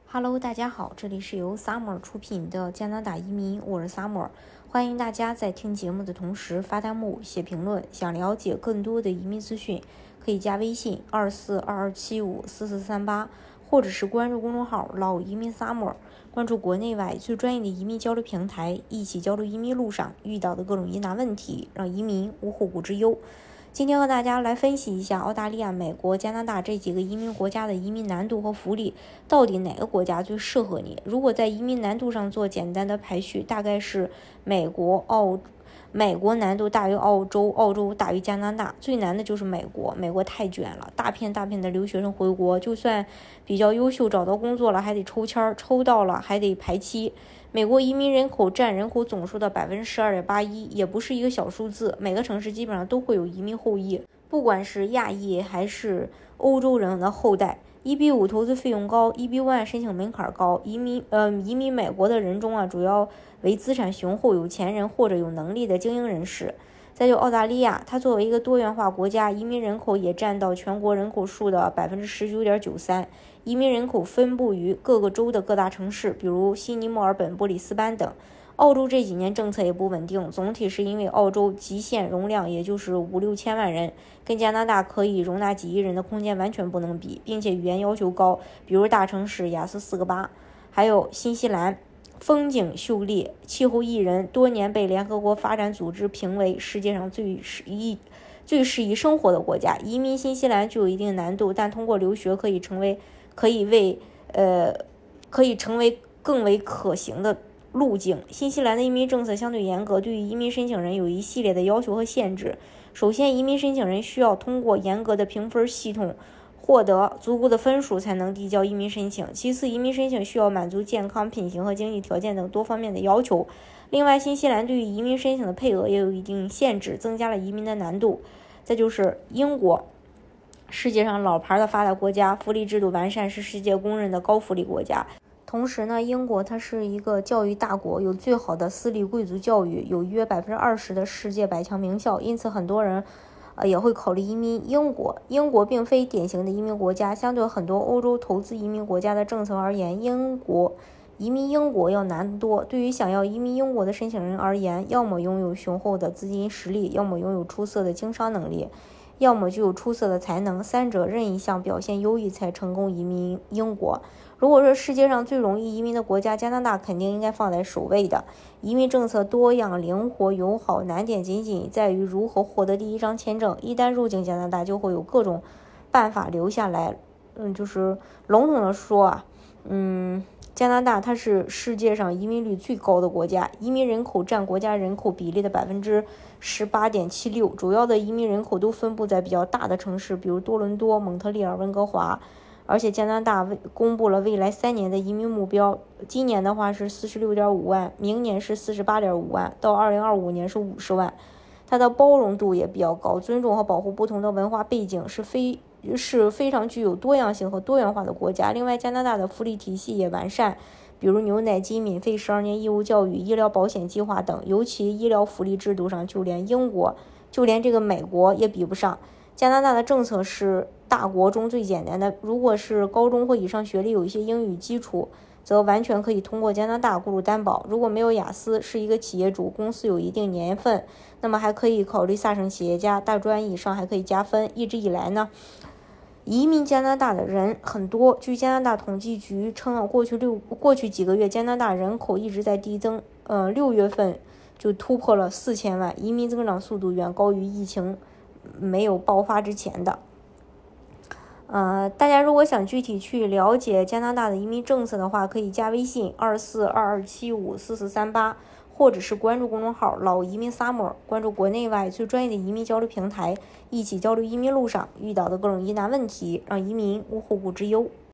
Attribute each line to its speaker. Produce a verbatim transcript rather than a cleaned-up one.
Speaker 1: Hello，大家好，这里是由 Summer 出品的加拿大移民，我是 Summer，欢迎大家在听节目的同时发弹幕、写评论。想了解更多的移民资讯，可以加微信二四二二七五四四三八，或者是关注公众号老移民 Summer， 关注国内外最专业的移民交流平台，一起交流移民路上遇到的各种疑难问题，让移民无后顾之忧。今天和大家来分析一下澳大利亚、美国、加拿大这几个移民国家的移民难度和福利，到底哪个国家最适合你？如果在移民难度上做简单的排序，大概是美国、澳、美国难度大于澳洲，澳洲大于加拿大，最难的就是美国。美国太卷了，大片大片的留学生回国，就算比较优秀找到工作了，还得抽签，抽到了还得排期。美国移民人口占人口总数的百分之十二点八一，也不是一个小数字。每个城市基本上都会有移民后裔，不管是亚裔还是欧洲人的后代。一比五投资费用高，一比一申请门槛高。移民呃移民美国的人中啊，主要为资产雄厚、有钱人或者有能力的精英人士。再就澳大利亚，它作为一个多元化国家，移民人口也占到全国人口数的百分之十九点九三。移民人口分布于各个州的各大城市，比如悉尼、墨尔本、布里斯班等。澳洲这几年政策也不稳定，总体是因为澳洲极限容量也就是五六千万人，跟加拿大可以容纳几亿人的空间完全不能比，并且语言要求高，比如大城市雅思四个八。还有新西兰，风景秀丽，气候宜人，多年被联合国发展组织评为世界上最适宜最适宜生活的国家。移民新西兰具有一定难度，但通过留学可以成为可以为呃可以成为更为可行的路径。新西兰的移民政策相对严格，对于移民申请人有一系列的要求和限制。首先，移民申请人需要通过严格的评分系统，获得足够的分数才能递交移民申请。其次，移民申请需要满足健康、品行和经济条件等多方面的要求。另外，新西兰对于移民申请的配额也有一定限制，增加了移民的难度。再就是英国，世界上老牌的发达国家，福利制度完善，是世界公认的高福利国家。同时呢，英国它是一个教育大国，有最好的私立贵族教育，有约百分之二十的世界百强名校，因此很多人呃也会考虑移民英国。英国并非典型的移民国家，相对很多欧洲投资移民国家的政策而言，英国移民英国要难得多。对于想要移民英国的申请人而言，要么拥有雄厚的资金实力，要么拥有出色的经商能力，要么具有出色的才能，三者任一项表现优异才成功移民英国。如果说世界上最容易移民的国家，加拿大肯定应该放在首位的。移民政策多样、灵活、友好，难点仅仅在于如何获得第一张签证。一旦入境加拿大，就会有各种办法留下来。嗯，就是笼统的说啊，嗯，加拿大它是世界上移民率最高的国家，移民人口占国家人口比例的百分之十八点七六，主要的移民人口都分布在比较大的城市，比如多伦多、蒙特利尔、温哥华。而且加拿大公布了未来三年的移民目标，今年的话是四十六点五万，明年是四十八点五万，到二零二五年是五十万。它的包容度也比较高，尊重和保护不同的文化背景，是非是非常具有多样性和多元化的国家。另外，加拿大的福利体系也完善，比如牛奶金、免费十二年义务教育、医疗保险计划等。尤其医疗福利制度上，就连英国，就连这个美国也比不上。加拿大的政策是大国中最简单的，如果是高中或以上学历有一些英语基础，则完全可以通过加拿大雇主担保。如果没有雅思，是一个企业主，公司有一定年份，那么还可以考虑萨省企业家，大专以上还可以加分。一直以来呢，移民加拿大的人很多，据加拿大统计局称啊，过去六过去几个月加拿大人口一直在递增，呃，六月份就突破了四千万，移民增长速度远高于疫情没有爆发之前的。呃，大家如果想具体去了解加拿大的移民政策的话，可以加微信二四二二七五四四三八，或者是关注公众号老移民 Summer， 关注国内外最专业的移民交流平台，一起交流移民路上遇到的各种疑难问题，让移民无后顾之忧。